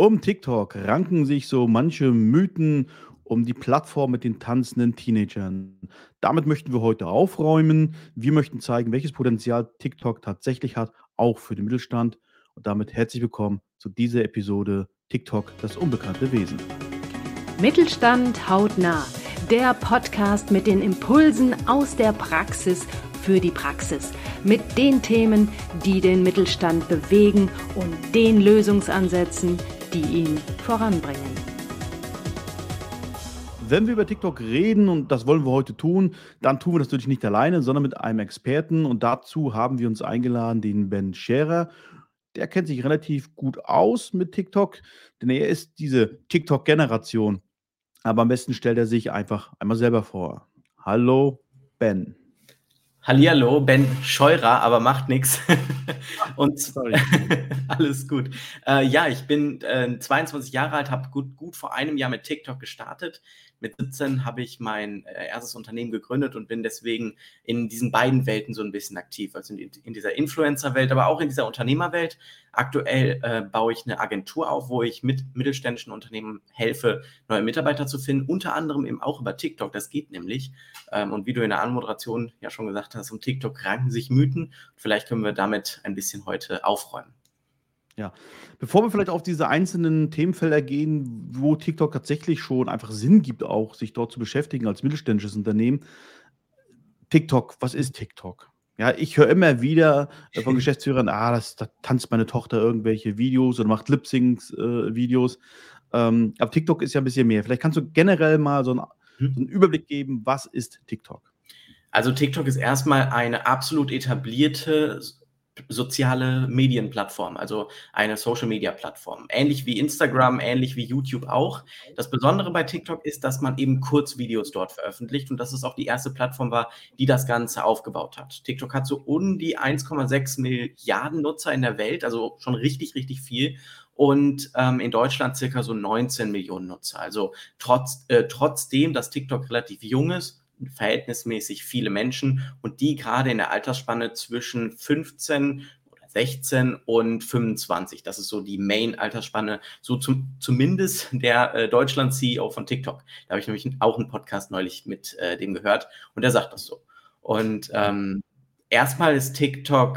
Um TikTok ranken sich so manche Mythen um die Plattform mit den tanzenden Teenagern. Damit möchten wir heute aufräumen. Wir möchten zeigen, welches Potenzial TikTok tatsächlich hat, auch für den Mittelstand. Und damit herzlich willkommen zu dieser Episode TikTok, das unbekannte Wesen. Mittelstand hautnah, der Podcast mit den Impulsen aus der Praxis für die Praxis, mit den Themen, die den Mittelstand bewegen und den Lösungsansätzen, die ihn voranbringen. Wenn wir über TikTok reden, und das wollen wir heute tun, dann tun wir das natürlich nicht alleine, sondern mit einem Experten. Und dazu haben wir uns eingeladen, den Ben Scherer. Der kennt sich relativ gut aus mit TikTok, denn er ist diese TikTok-Generation. Aber am besten stellt er sich einfach einmal selber vor. Hallo, Ben. Hallihallo, Ben Scheurer, aber macht nichts. Und Sorry. alles gut. Ja, ich bin 22 Jahre alt, habe gut vor einem Jahr mit TikTok gestartet. Mit 17 habe ich mein erstes Unternehmen gegründet und bin deswegen in diesen beiden Welten so ein bisschen aktiv. Also in dieser Influencer-Welt, aber auch in dieser Unternehmerwelt. Aktuell baue ich eine Agentur auf, wo ich mit mittelständischen Unternehmen helfe, neue Mitarbeiter zu finden. Unter anderem eben auch über TikTok. Das geht nämlich. Und wie du in der Anmoderation ja schon gesagt hast, um TikTok ranken sich Mythen. Vielleicht können wir damit ein bisschen heute aufräumen. Ja, bevor wir vielleicht auf diese einzelnen Themenfelder gehen, wo TikTok tatsächlich schon einfach Sinn gibt, auch sich dort zu beschäftigen als mittelständisches Unternehmen. TikTok, was ist TikTok? Ja, ich höre immer wieder von Geschäftsführern, da tanzt meine Tochter irgendwelche Videos oder macht Lip-Syncs-Videos. Aber TikTok ist ja ein bisschen mehr. Vielleicht kannst du generell mal so einen Überblick geben, was ist TikTok? Also TikTok ist erstmal eine absolut etablierte soziale Medienplattform, also eine Social-Media-Plattform. Ähnlich wie Instagram, ähnlich wie YouTube auch. Das Besondere bei TikTok ist, dass man eben Kurzvideos dort veröffentlicht und dass es auch die erste Plattform war, die das Ganze aufgebaut hat. TikTok hat so um die 1,6 Milliarden Nutzer in der Welt, also schon richtig, richtig viel. Und in Deutschland circa so 19 Millionen Nutzer. Also trotzdem, dass TikTok relativ jung ist, verhältnismäßig viele Menschen und die gerade in der Altersspanne zwischen 15 oder 16 und 25. Das ist so die Main-Altersspanne, so zumindest der Deutschland-CEO von TikTok. Da habe ich nämlich auch einen Podcast neulich mit dem gehört und der sagt das so. Und erstmal ist TikTok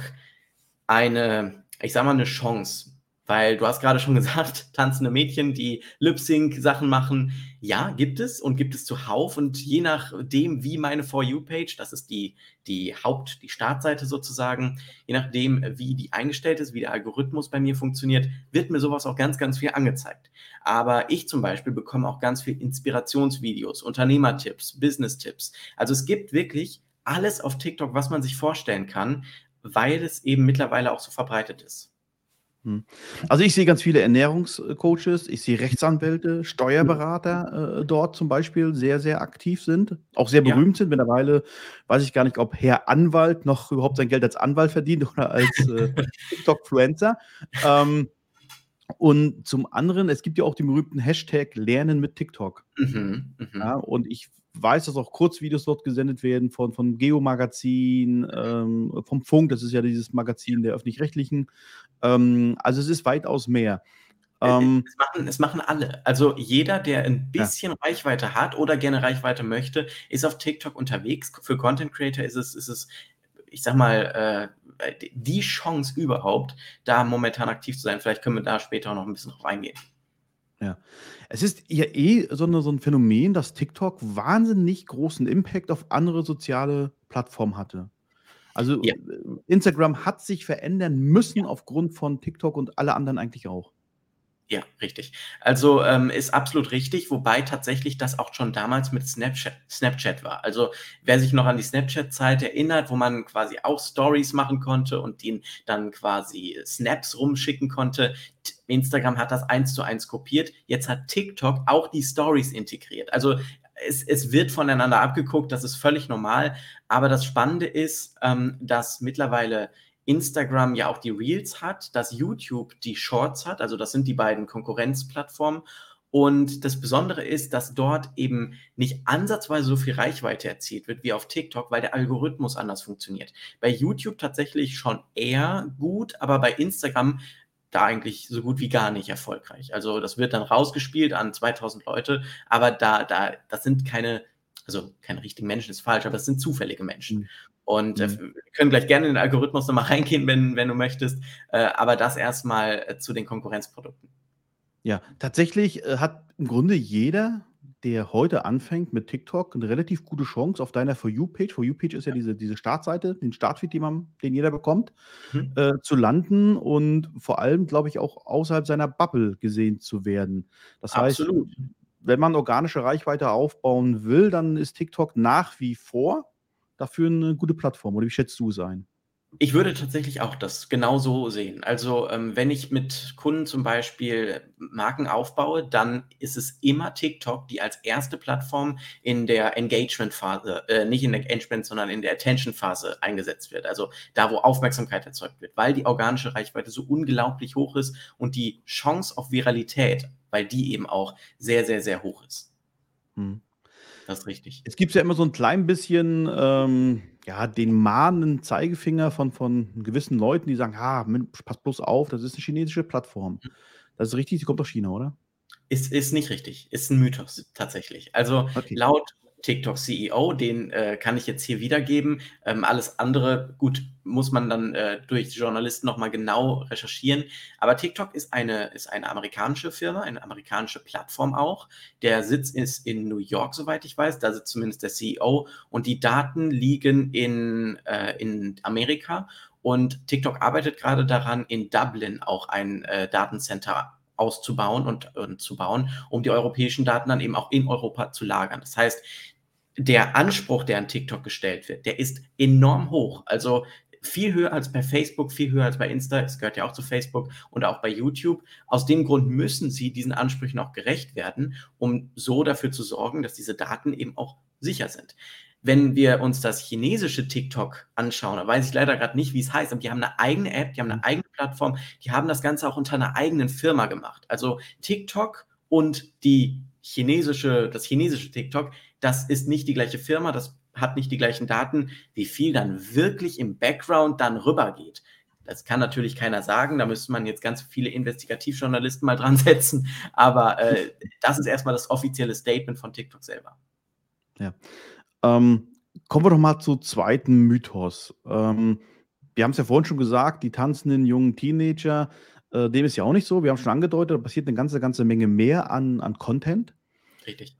eine Chance, weil du hast gerade schon gesagt, tanzende Mädchen, die Lip-Sync-Sachen machen. Ja, gibt es und gibt es zuhauf. Und je nachdem, wie meine For You-Page, das ist die Startseite sozusagen, je nachdem, wie die eingestellt ist, wie der Algorithmus bei mir funktioniert, wird mir sowas auch ganz, ganz viel angezeigt. Aber ich zum Beispiel bekomme auch ganz viel Inspirationsvideos, Unternehmertipps, Business-Tipps. Also es gibt wirklich alles auf TikTok, was man sich vorstellen kann, weil es eben mittlerweile auch so verbreitet ist. Also ich sehe ganz viele Ernährungscoaches, ich sehe Rechtsanwälte, Steuerberater dort zum Beispiel sehr, sehr aktiv sind, auch sehr Ja. berühmt sind. Mittlerweile weiß ich gar nicht, ob Herr Anwalt noch überhaupt sein Geld als Anwalt verdient oder als TikTok-Fluencer. Und zum anderen, es gibt ja auch den berühmten Hashtag Lernen mit TikTok. Ja, und ich weiß, dass auch Kurzvideos dort gesendet werden von Geo-Magazin, vom Funk, das ist ja dieses Magazin der Öffentlich-Rechtlichen. Also es ist weitaus mehr. Es machen alle. Also jeder, der ein bisschen Reichweite hat oder gerne Reichweite möchte, ist auf TikTok unterwegs. Für Content Creator ist es, ich sag mal, die Chance überhaupt, da momentan aktiv zu sein. Vielleicht können wir da später auch noch ein bisschen drauf eingehen. Ja. Es ist ja so ein Phänomen, dass TikTok wahnsinnig großen Impact auf andere soziale Plattformen hatte. Also Ja. Instagram hat sich verändern müssen aufgrund von TikTok und alle anderen eigentlich auch. Ja, richtig. Also ist absolut richtig, wobei tatsächlich das auch schon damals mit Snapchat war. Also wer sich noch an die Snapchat-Zeit erinnert, wo man quasi auch Stories machen konnte und ihnen dann quasi Snaps rumschicken konnte, Instagram hat das 1:1 kopiert. Jetzt hat TikTok auch die Stories integriert. Also es wird voneinander abgeguckt, das ist völlig normal. Aber das Spannende ist, dass mittlerweile Instagram ja auch die Reels hat, dass YouTube die Shorts hat, also das sind die beiden Konkurrenzplattformen. Und das Besondere ist, dass dort eben nicht ansatzweise so viel Reichweite erzielt wird wie auf TikTok, weil der Algorithmus anders funktioniert. Bei YouTube tatsächlich schon eher gut, aber bei Instagram, da eigentlich so gut wie gar nicht erfolgreich. Also das wird dann rausgespielt an 2000 Leute, aber das sind keine richtigen Menschen, ist falsch, aber das sind zufällige Menschen. Mhm. Und wir können gleich gerne in den Algorithmus nochmal reingehen, wenn du möchtest, aber das erstmal zu den Konkurrenzprodukten. Ja, tatsächlich hat im Grunde jeder, der heute anfängt mit TikTok, eine relativ gute Chance auf deiner For You-Page. For You-Page ist ja diese Startseite, den Startfeed, den jeder bekommt, zu landen und vor allem, glaube ich, auch außerhalb seiner Bubble gesehen zu werden. Das heißt, Absolut. wenn man organische Reichweite aufbauen will, dann ist TikTok nach wie vor dafür eine gute Plattform. Oder wie schätzt du es ein? Ich würde tatsächlich auch das genauso sehen. Also, wenn ich mit Kunden zum Beispiel Marken aufbaue, dann ist es immer TikTok, die als erste Plattform in der Engagement-Phase, nicht in der Engagement, sondern in der Attention-Phase eingesetzt wird. Also da, wo Aufmerksamkeit erzeugt wird, weil die organische Reichweite so unglaublich hoch ist und die Chance auf Viralität, weil die eben auch sehr, sehr, sehr hoch ist. Das ist richtig. Es gibt ja immer so ein klein bisschen, den mahnenden Zeigefinger von gewissen Leuten, die sagen: pass bloß auf, das ist eine chinesische Plattform.“ Das ist richtig, die kommt aus China, oder? Ist nicht richtig, ist ein Mythos tatsächlich. Also Okay. laut TikTok CEO, den kann ich jetzt hier wiedergeben. Alles andere, gut, muss man dann durch Journalisten nochmal genau recherchieren. Aber TikTok ist eine amerikanische Firma, eine amerikanische Plattform auch. Der Sitz ist in New York, soweit ich weiß. Da sitzt zumindest der CEO. Und die Daten liegen in Amerika. Und TikTok arbeitet gerade daran, in Dublin auch ein Datencenter auszubauen und zu bauen, um die europäischen Daten dann eben auch in Europa zu lagern. Das heißt, der Anspruch, der an TikTok gestellt wird, der ist enorm hoch. Also viel höher als bei Facebook, viel höher als bei Insta. Es gehört ja auch zu Facebook und auch bei YouTube. Aus dem Grund müssen sie diesen Ansprüchen auch gerecht werden, um so dafür zu sorgen, dass diese Daten eben auch sicher sind. Wenn wir uns das chinesische TikTok anschauen, da weiß ich leider gerade nicht, wie es heißt, aber die haben eine eigene App, die haben eine eigene Plattform, die haben das Ganze auch unter einer eigenen Firma gemacht. Also TikTok und das chinesische TikTok, das ist nicht die gleiche Firma, das hat nicht die gleichen Daten, wie viel dann wirklich im Background dann rübergeht. Das kann natürlich keiner sagen, da müsste man jetzt ganz viele Investigativjournalisten mal dran setzen, aber das ist erstmal das offizielle Statement von TikTok selber. Ja. Kommen wir doch mal zu zweiten Mythos. Wir haben es ja vorhin schon gesagt, die tanzenden jungen Teenager, dem ist ja auch nicht so. Wir haben schon angedeutet, da passiert eine ganze Menge mehr an Content. Richtig.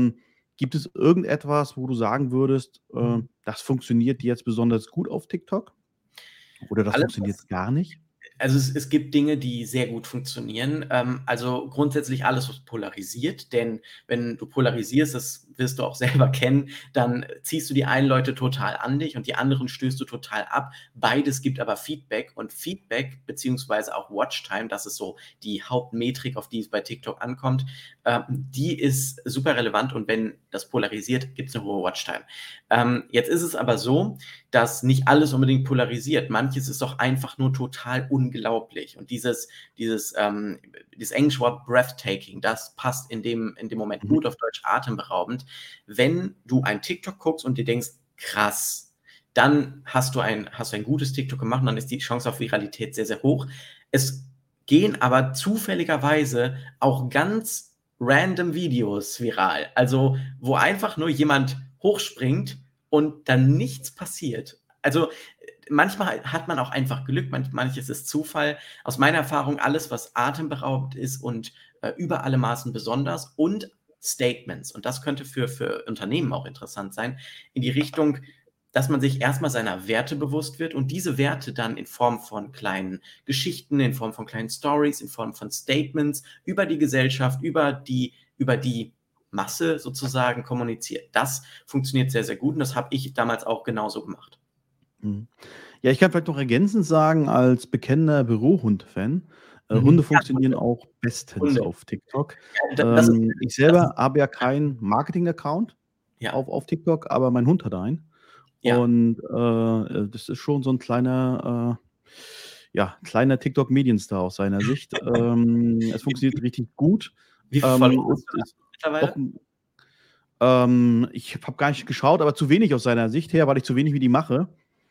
Gibt es irgendetwas, wo du sagen würdest, das funktioniert jetzt besonders gut auf TikTok? Oder das funktioniert gar nicht? Also es gibt Dinge, die sehr gut funktionieren. Also grundsätzlich alles, was polarisiert, denn wenn du polarisierst, das wirst du auch selber kennen, dann ziehst du die einen Leute total an dich und die anderen stößt du total ab. Beides gibt aber Feedback und Feedback beziehungsweise auch Watchtime, das ist so die Hauptmetrik, auf die es bei TikTok ankommt, die ist super relevant und wenn das polarisiert, gibt es eine hohe Watchtime. Jetzt ist es aber so, dass nicht alles unbedingt polarisiert. Manches ist auch einfach nur total unglaublich. Und dieses englische Wort breathtaking, das passt in dem Moment gut, auf Deutsch atemberaubend. Wenn du ein TikTok guckst und dir denkst, krass, dann hast du ein gutes TikTok gemacht und dann ist die Chance auf Viralität sehr, sehr hoch. Es gehen aber zufälligerweise auch ganz random Videos viral. Also, wo einfach nur jemand hochspringt und dann nichts passiert. Also manchmal hat man auch einfach Glück, manches ist Zufall. Aus meiner Erfahrung alles, was atemberaubend ist und über alle Maßen besonders und Statements. Und das könnte für Unternehmen auch interessant sein, in die Richtung, dass man sich erstmal seiner Werte bewusst wird und diese Werte dann in Form von kleinen Geschichten, in Form von kleinen Stories, in Form von Statements über die Gesellschaft, über die Masse sozusagen kommuniziert. Das funktioniert sehr, sehr gut und das habe ich damals auch genauso gemacht. Ja, ich kann vielleicht noch ergänzend sagen, als bekennender Bürohund-Fan, Hunde funktionieren auch bestens Hunde. auf TikTok. Ich Das selber habe ja keinen Marketing-Account Ja. auf TikTok, aber mein Hund hat einen. Ja. Und das ist schon so ein kleiner TikTok-Medienstar aus seiner Sicht. Es funktioniert richtig gut. Wie viele Follower hast du mittlerweile? Ich habe gar nicht geschaut, aber zu wenig aus seiner Sicht her, weil ich zu wenig mit ihm mache.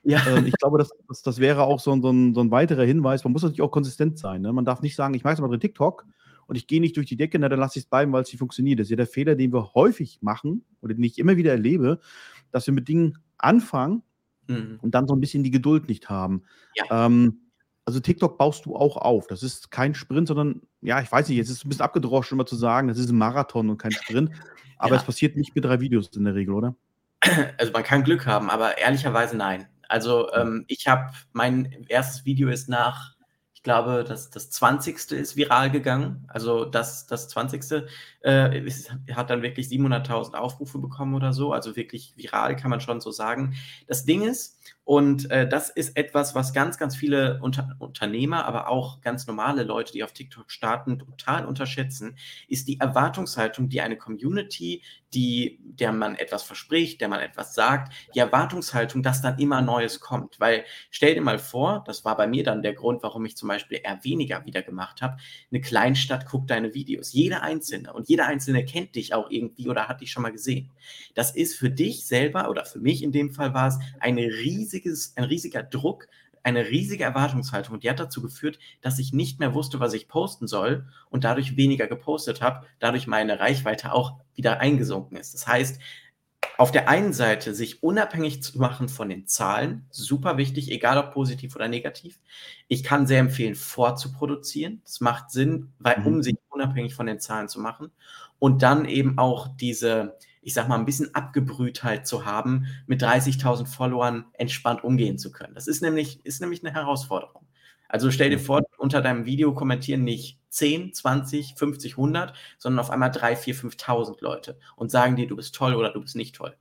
Ja. Ich glaube, das wäre auch so ein weiterer Hinweis. Man muss natürlich auch konsistent sein. Ne? Man darf nicht sagen, ich mache jetzt mal drin TikTok und ich gehe nicht durch die Decke, na, dann lasse ich es bleiben, weil es nicht funktioniert. Das ist ja der Fehler, den wir häufig machen oder den ich immer wieder erlebe, dass wir mit Dingen anfangen Mhm. und dann so ein bisschen die Geduld nicht haben. Ja. Also TikTok baust du auch auf. Das ist kein Sprint, sondern, ja, ich weiß nicht, jetzt ist es ein bisschen abgedroschen, immer zu sagen, das ist ein Marathon und kein Sprint. Aber es Ja. passiert nicht mit 3 Videos in der Regel, oder? Also man kann Glück haben, aber ehrlicherweise nein. Also ich habe mein erstes Video ist nach, ich glaube, das 20. ist viral gegangen. Also das 20. Hat dann wirklich 700.000 Aufrufe bekommen oder so. Also wirklich viral, kann man schon so sagen. Das Ding ist, und das ist etwas, was ganz, ganz viele Unternehmer, aber auch ganz normale Leute, die auf TikTok starten, total unterschätzen, ist die Erwartungshaltung, die eine Community, der man etwas verspricht, der man etwas sagt, die Erwartungshaltung, dass dann immer Neues kommt. Weil stell dir mal vor, das war bei mir dann der Grund, warum ich zum Beispiel eher weniger wieder gemacht habe, eine Kleinstadt guckt deine Videos, jeder Einzelne, und jeder Einzelne kennt dich auch irgendwie oder hat dich schon mal gesehen. Das ist für dich selber oder für mich in dem Fall war es ein riesiger Druck, eine riesige Erwartungshaltung, und die hat dazu geführt, dass ich nicht mehr wusste, was ich posten soll und dadurch weniger gepostet habe, dadurch meine Reichweite auch wieder eingesunken ist. Das heißt, auf der einen Seite sich unabhängig zu machen von den Zahlen, super wichtig, egal ob positiv oder negativ. Ich kann sehr empfehlen, vorzuproduzieren. Das macht Sinn, um sich unabhängig von den Zahlen zu machen. Und dann eben auch diese, ich sag mal, ein bisschen Abgebrühtheit zu haben, mit 30.000 Followern entspannt umgehen zu können. Das ist nämlich eine Herausforderung. Also stell dir vor, unter deinem Video kommentieren nicht 10, 20, 50, 100, sondern auf einmal 3, 4, 5.000 Leute und sagen dir, du bist toll oder du bist nicht toll.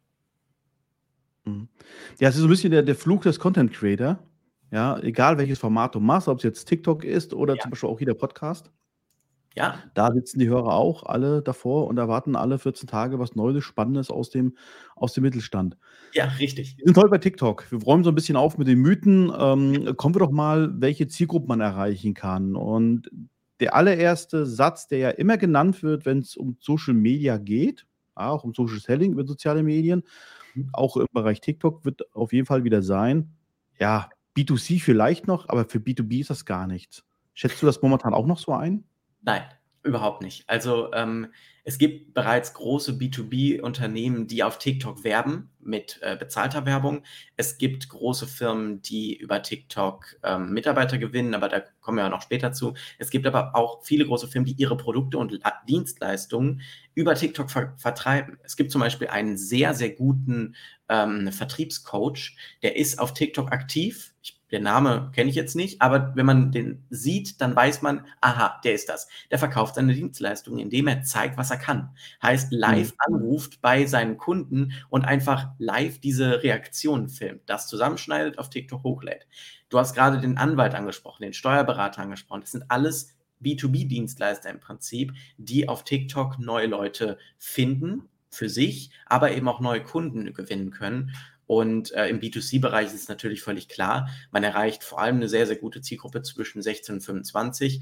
Ja, es ist so ein bisschen der Fluch des Content Creator. Ja, egal welches Format du machst, ob es jetzt TikTok ist oder zum Beispiel auch hier der Podcast. Ja, Da sitzen die Hörer auch alle davor und erwarten alle 14 Tage was Neues, Spannendes aus dem Mittelstand. ja, richtig. Wir sind heute bei TikTok. Wir räumen so ein bisschen auf mit den Mythen. Kommen wir doch mal, welche Zielgruppen man erreichen kann. Und der allererste Satz, der ja immer genannt wird, wenn es um Social Media geht, auch um Social Selling über soziale Medien, auch im Bereich TikTok, wird auf jeden Fall wieder sein, ja, B2C vielleicht noch, aber für B2B ist das gar nichts. Schätzt du das momentan auch noch so ein? Nein, überhaupt nicht. Also es gibt bereits große B2B-Unternehmen, die auf TikTok werben mit bezahlter Werbung. Es gibt große Firmen, die über TikTok Mitarbeiter gewinnen, aber da kommen wir ja noch später zu. Es gibt aber auch viele große Firmen, die ihre Produkte und Dienstleistungen über TikTok vertreiben. Es gibt zum Beispiel einen sehr, sehr guten Vertriebscoach, der ist auf TikTok aktiv. Der Name kenne ich jetzt nicht, aber wenn man den sieht, dann weiß man, aha, der ist das. Der verkauft seine Dienstleistungen, indem er zeigt, was er kann. Heißt, live anruft bei seinen Kunden und einfach live diese Reaktionen filmt, das zusammenschneidet, auf TikTok hochlädt. Du hast gerade den Anwalt angesprochen, den Steuerberater angesprochen. Das sind alles B2B-Dienstleister im Prinzip, die auf TikTok neue Leute finden für sich, aber eben auch neue Kunden gewinnen können. Und im B2C-Bereich ist es natürlich völlig klar, man erreicht vor allem eine sehr, sehr gute Zielgruppe zwischen 16 und 25,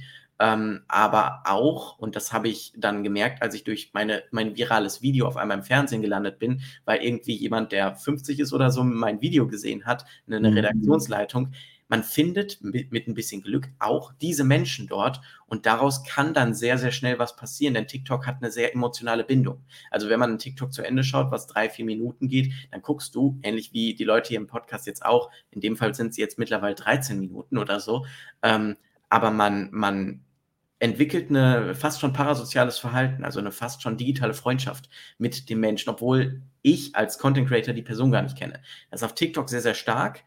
aber auch, und das habe ich dann gemerkt, als ich durch mein virales Video auf einmal im Fernsehen gelandet bin, weil irgendwie jemand, der 50 ist oder so, mein Video gesehen hat, eine Redaktionsleitung. Man findet mit ein bisschen Glück auch diese Menschen dort und daraus kann dann sehr, sehr schnell was passieren, denn TikTok hat eine sehr emotionale Bindung. Also wenn man einen TikTok zu Ende schaut, was 3, 4 Minuten geht, dann guckst du, ähnlich wie die Leute hier im Podcast jetzt auch, in dem Fall sind es jetzt mittlerweile 13 Minuten oder so, aber man entwickelt eine fast schon parasoziales Verhalten, also eine fast schon digitale Freundschaft mit dem Menschen, obwohl ich als Content Creator die Person gar nicht kenne. Das ist auf TikTok sehr, sehr stark.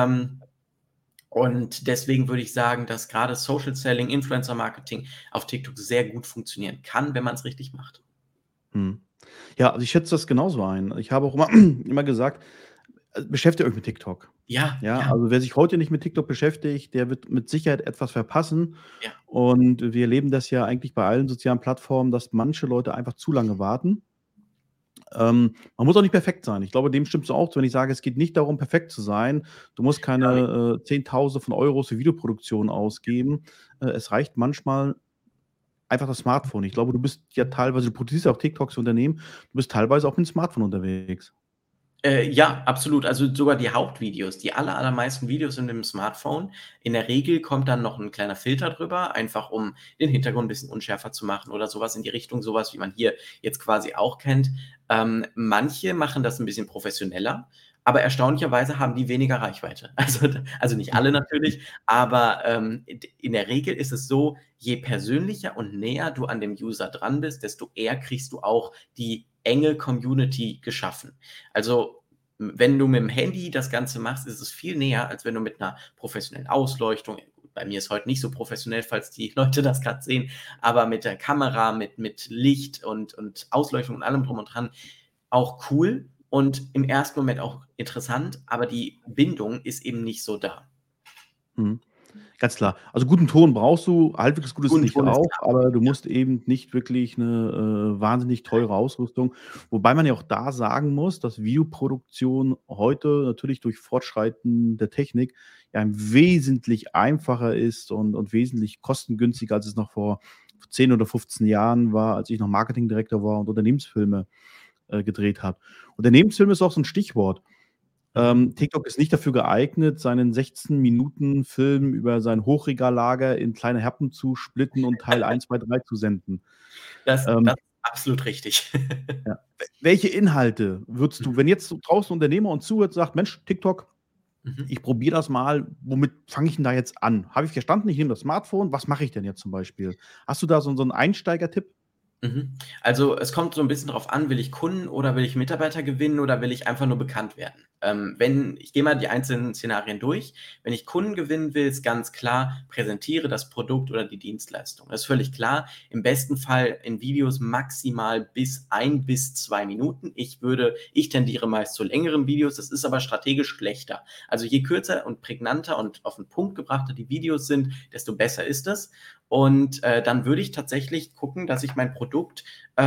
Und deswegen würde ich sagen, dass gerade Social Selling, Influencer Marketing auf TikTok sehr gut funktionieren kann, wenn man es richtig macht. Ja, also ich schätze das genauso ein. Ich habe auch immer gesagt, beschäftigt euch mit TikTok. Ja, Ja, ja, also wer sich heute nicht mit TikTok beschäftigt, der wird mit Sicherheit etwas verpassen. ja. Und wir erleben das ja eigentlich bei allen sozialen Plattformen, dass manche Leute einfach zu lange warten. Man muss auch nicht perfekt sein. Ich glaube, dem stimmst du auch zu, wenn ich sage, es geht nicht darum, perfekt zu sein. Du musst keine Zehntausende von Euros für Videoproduktion ausgeben. Es reicht manchmal einfach das Smartphone. Ich glaube, du bist ja teilweise, du produzierst ja auch TikToks für Unternehmen, du bist teilweise auch mit dem Smartphone unterwegs. Ja, absolut. Also sogar die Hauptvideos, die allermeisten Videos sind im Smartphone. In der Regel kommt dann noch ein kleiner Filter drüber, einfach um den Hintergrund ein bisschen unschärfer zu machen oder sowas in die Richtung, sowas, wie man hier jetzt quasi auch kennt. Manche machen das ein bisschen professioneller, aber erstaunlicherweise haben die weniger Reichweite. Also nicht alle natürlich, aber in der Regel ist es so, je persönlicher und näher du an dem User dran bist, desto eher kriegst du auch die enge Community geschaffen. Also wenn du mit dem Handy das Ganze machst, ist es viel näher, als wenn du mit einer professionellen Ausleuchtung, bei mir ist heute nicht so professionell, falls die Leute das gerade sehen, aber mit der Kamera, mit Licht und Ausleuchtung und allem drum und dran, auch cool und im ersten Moment auch interessant, aber die Bindung ist eben nicht so da. Mhm. Ganz klar. Also, guten Ton brauchst du, halbwegs gutes Guten Licht Ton ist auch, klar. aber du musst eben nicht wirklich 'ne, wahnsinnig teure Ausrüstung, wobei man ja auch da sagen muss, dass Videoproduktion heute natürlich durch Fortschreiten der Technik ja wesentlich einfacher ist und wesentlich kostengünstiger, als es noch vor 10 oder 15 Jahren war, als ich noch Marketingdirektor war und Unternehmensfilme, gedreht habe. Unternehmensfilm ist auch so 'n Stichwort. Mhm. TikTok ist nicht dafür geeignet, seinen 16 Minuten Film über sein Hochregallager in kleine Happen zu splitten und Teil 1, 2, 3 zu senden. Das Ähm, ist absolut richtig. ja. Welche Inhalte würdest du, Mhm. wenn jetzt so draußen 'n Unternehmer uns zuhört, sagt: „Mensch, TikTok, Mhm. ich probiere das mal. Womit fange ich 'n da jetzt an? Habe ich verstanden, ich nehme das Smartphone. Was mache ich denn jetzt zum Beispiel?“ Hast du da so 'n Einsteigertipp? Mhm. Also, es kommt so 'n bisschen drauf an, will ich Kunden oder will ich Mitarbeiter gewinnen oder will ich einfach nur bekannt werden? Wenn ich gehe mal die einzelnen Szenarien durch. Wenn ich Kunden gewinnen will, ist ganz klar, präsentiere das Produkt oder die Dienstleistung. Das ist völlig klar. Im besten Fall in Videos maximal bis 1 bis 2 Minuten. Ich tendiere meist zu längeren Videos, das ist aber strategisch schlechter. Also, je kürzer und prägnanter und auf 'n Punkt gebrachter die Videos sind, desto besser ist es. Und dann würde ich tatsächlich gucken, dass ich mein Produkt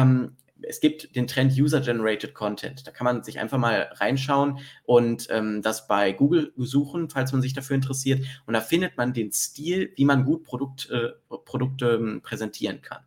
es gibt den Trend User-Generated Content. Da kann man sich einfach mal reinschauen und das bei Google suchen, falls man sich dafür interessiert. Und da findet man den Stil, wie man gut Produkte präsentieren kann.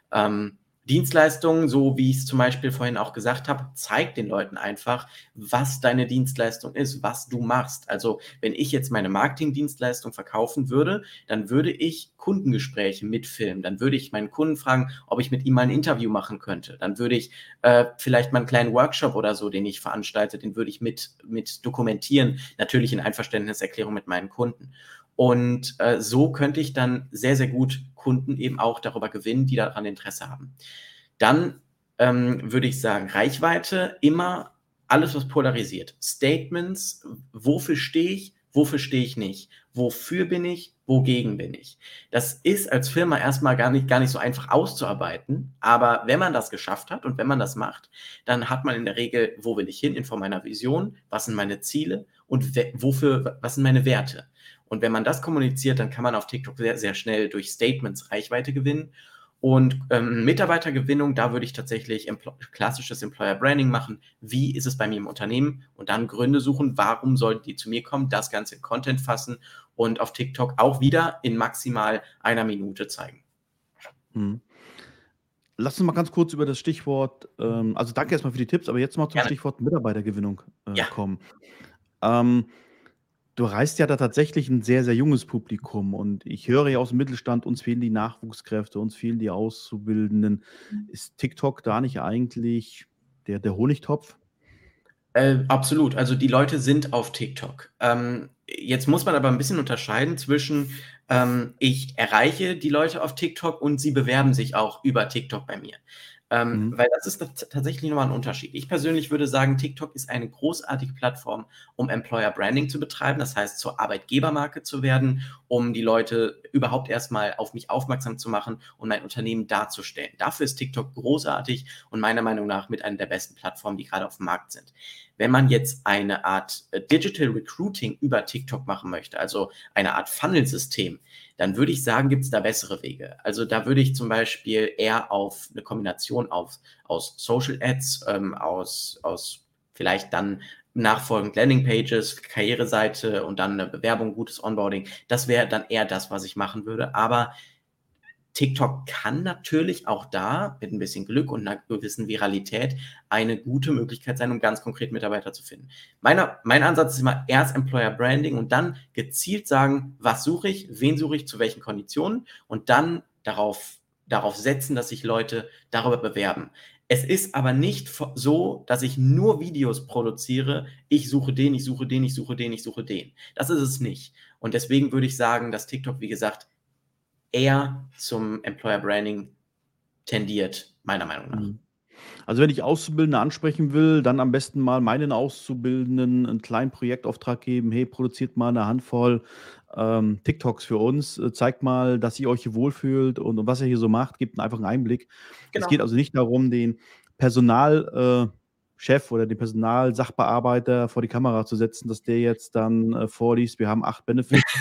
Dienstleistungen, so wie ich es zum Beispiel vorhin auch gesagt habe, zeig den Leuten einfach, was deine Dienstleistung ist, was du machst. Also wenn ich jetzt meine Marketingdienstleistung verkaufen würde, dann würde ich Kundengespräche mitfilmen. Dann würde ich meinen Kunden fragen, ob ich mit ihm mal ein Interview machen könnte. Dann würde ich vielleicht mal einen kleinen Workshop oder so, den ich veranstalte, den würde ich mit dokumentieren, natürlich in Einverständniserklärung mit meinen Kunden. Und so könnte ich dann sehr, sehr gut Kunden eben auch darüber gewinnen, die daran Interesse haben. Dann würde ich sagen, Reichweite, immer alles, was polarisiert. Statements, wofür stehe ich nicht? Wofür bin ich, wogegen bin ich? Das ist als Firma erstmal gar nicht so einfach auszuarbeiten, aber wenn man das geschafft hat und wenn man das macht, dann hat man in der Regel, wo will ich hin, in Form meiner Vision, was sind meine Ziele und was sind meine Werte? Und wenn man das kommuniziert, dann kann man auf TikTok sehr, sehr schnell durch Statements Reichweite gewinnen. Und Mitarbeitergewinnung, da würde ich tatsächlich klassisches Employer Branding machen. Wie ist es bei mir im Unternehmen? Und dann Gründe suchen, warum sollten die zu mir kommen, das Ganze in Content fassen und auf TikTok auch wieder in maximal 1 Minute zeigen. Mhm. Lass uns mal ganz kurz über das Stichwort, also, danke erst mal für die Tipps, aber jetzt mal zum Gerne. Stichwort Mitarbeitergewinnung, Ja. kommen. Ähm, Du erreichst ja da tatsächlich 'n sehr, sehr junges Publikum und ich höre ja aus'm Mittelstand, uns fehlen die Nachwuchskräfte, uns fehlen die Auszubildenden. Ist TikTok da nicht eigentlich der Honigtopf? Absolut. Also die Leute sind auf TikTok. Jetzt muss man aber ein bisschen unterscheiden zwischen, ich erreiche die Leute auf TikTok und sie bewerben sich auch über TikTok bei mir. Mhm. Weil das ist tatsächlich noch mal 'n Unterschied. Ich persönlich würde sagen, TikTok ist eine großartige Plattform, um Employer Branding zu betreiben, das heißt, zur Arbeitgebermarke zu werden, um die Leute überhaupt erst mal auf mich aufmerksam zu machen und mein Unternehmen darzustellen. Dafür ist TikTok großartig und meiner Meinung nach mit einer der besten Plattformen, die grade aufm Markt sind. Wenn man jetzt eine Art Digital Recruiting über TikTok machen möchte, also eine Art Funnelsystem, dann würde ich sagen, gibt es da bessere Wege. Also da würde ich zum Beispiel eher auf eine Kombination aus Social Ads, aus vielleicht dann nachfolgend Landingpages, Karriereseite und dann eine Bewerbung, gutes Onboarding. Das wäre dann eher das, was ich machen würde. Aber TikTok kann natürlich auch da mit ein bisschen Glück und einer gewissen Viralität eine gute Möglichkeit sein, um ganz konkret Mitarbeiter zu finden. Mein Ansatz ist immer erst Employer Branding und dann gezielt sagen, was suche ich, wen suche ich, zu welchen Konditionen und dann darauf setzen, dass sich Leute darüber bewerben. Es ist aber nicht so, dass ich nur Videos produziere, ich suche den, ich suche den, ich suche den, ich suche den. Das ist es nicht. Und deswegen würde ich sagen, dass TikTok, wie gesagt, eher zum Employer Branding tendiert, meiner Meinung nach. Also wenn ich Auszubildende ansprechen will, dann am besten mal meinen Auszubildenden einen kleinen Projektauftrag geben. Hey, produziert mal eine Handvoll TikToks für uns. Zeigt mal, dass ihr euch hier wohlfühlt und was ihr hier so macht. Gebt einfach einen Einblick. Genau. Es geht also nicht darum, den Personalchef oder den Personalsachbearbeiter vor die Kamera zu setzen, dass der jetzt dann vorliest, wir haben 8 Benefits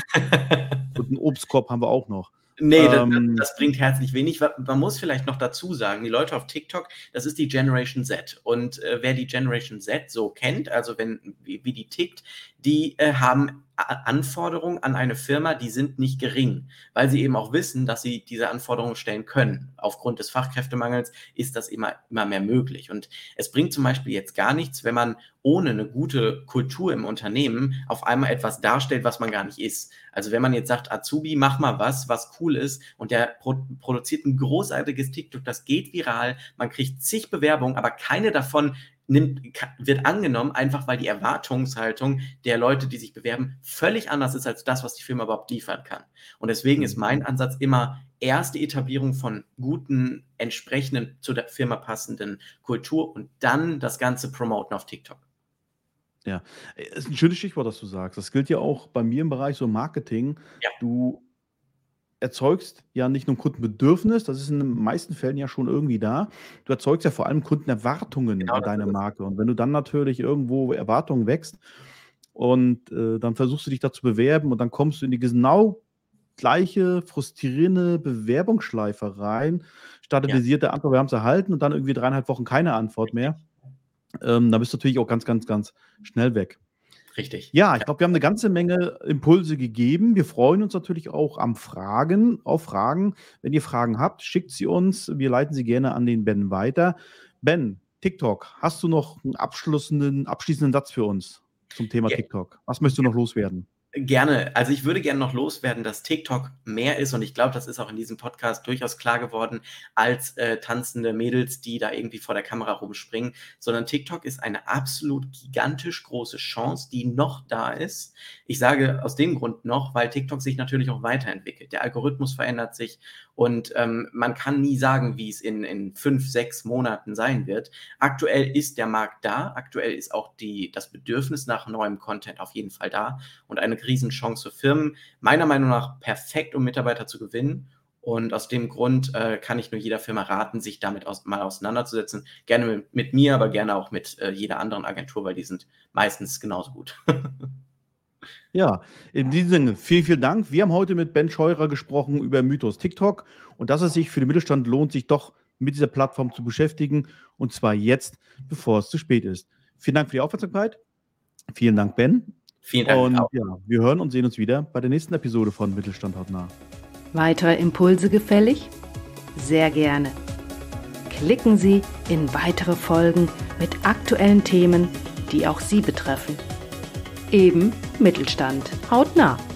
und einen Obstkorb haben wir auch noch. Nee, das bringt herzlich wenig. Man muss vielleicht noch dazu sagen, die Leute auf TikTok, das ist die Generation Z. Und wer die Generation Z so kennt, also wie die tickt, die haben Anforderungen an eine Firma, die sind nicht gering, weil sie eben auch wissen, dass sie diese Anforderungen stellen können. Aufgrund des Fachkräftemangels ist das immer mehr möglich. Und es bringt zum Beispiel jetzt gar nichts, wenn man ohne eine gute Kultur im Unternehmen auf einmal etwas darstellt, was man gar nicht ist. Also wenn man jetzt sagt, Azubi, mach mal was cool ist und der produziert ein großartiges TikTok, das geht viral, man kriegt zig Bewerbungen, aber keine davon wird angenommen, einfach weil die Erwartungshaltung der Leute, die sich bewerben, völlig anders ist als das, was die Firma überhaupt liefern kann. Und deswegen ist mein Ansatz immer erst die Etablierung von guten, entsprechenden, zu der Firma passenden Kultur und dann das Ganze promoten auf TikTok. Ja, ist ein schönes Stichwort, das du sagst. Das gilt ja auch bei mir im Bereich so Marketing. Ja. Du erzeugst ja nicht nur ein Kundenbedürfnis, das ist in den meisten Fällen ja schon irgendwie da. Du erzeugst ja vor allem Kundenerwartungen Genau, an das deine ist es. Marke. Und wenn du dann natürlich irgendwo Erwartungen wächst und dann versuchst du dich da zu bewerben und dann kommst du in die genau gleiche frustrierende Bewerbungsschleife rein, standardisierte Antwort, wir haben es erhalten und dann irgendwie 3,5 Wochen keine Antwort mehr. Da bist du natürlich auch ganz, ganz, ganz schnell weg. Richtig. Ja, ich glaube, wir haben eine ganze Menge Impulse gegeben. Wir freuen uns natürlich auch auf Fragen. Wenn ihr Fragen habt, schickt sie uns. Wir leiten sie gerne an den Ben weiter. Ben, TikTok, hast du noch einen abschließenden Satz für uns zum Thema TikTok? Was möchtest du noch loswerden? Gerne. Also ich würde gerne noch loswerden, dass TikTok mehr ist und ich glaube, das ist auch in diesem Podcast durchaus klar geworden, als tanzende Mädels, die da irgendwie vor der Kamera rumspringen, sondern TikTok ist eine absolut gigantisch große Chance, die noch da ist. Ich sage aus dem Grund noch, weil TikTok sich natürlich auch weiterentwickelt. Der Algorithmus verändert sich und man kann nie sagen, wie es in 5, 6 Monaten sein wird. Aktuell ist der Markt da, aktuell ist auch das Bedürfnis nach neuem Content auf jeden Fall da und eine Riesenchance für Firmen, meiner Meinung nach perfekt, um Mitarbeiter zu gewinnen. Und aus dem Grund kann ich nur jeder Firma raten, sich damit mal auseinanderzusetzen. Gerne mit mir, aber gerne auch mit jeder anderen Agentur, weil die sind meistens genauso gut. Ja, in diesem Sinne, vielen, vielen Dank. Wir haben heute mit Ben Scheurer gesprochen über Mythos TikTok und dass es sich für den Mittelstand lohnt, sich doch mit dieser Plattform zu beschäftigen und zwar jetzt, bevor es zu spät ist. Vielen Dank für die Aufmerksamkeit. Vielen Dank, Ben. Vielen Dank. Und auch. ja, wir hören und sehen uns wieder bei der nächsten Episode von Mittelstand hautnah. Weitere Impulse gefällig? Sehr gerne. Klicken Sie in weitere Folgen mit aktuellen Themen, die auch Sie betreffen. Eben Mittelstand hautnah.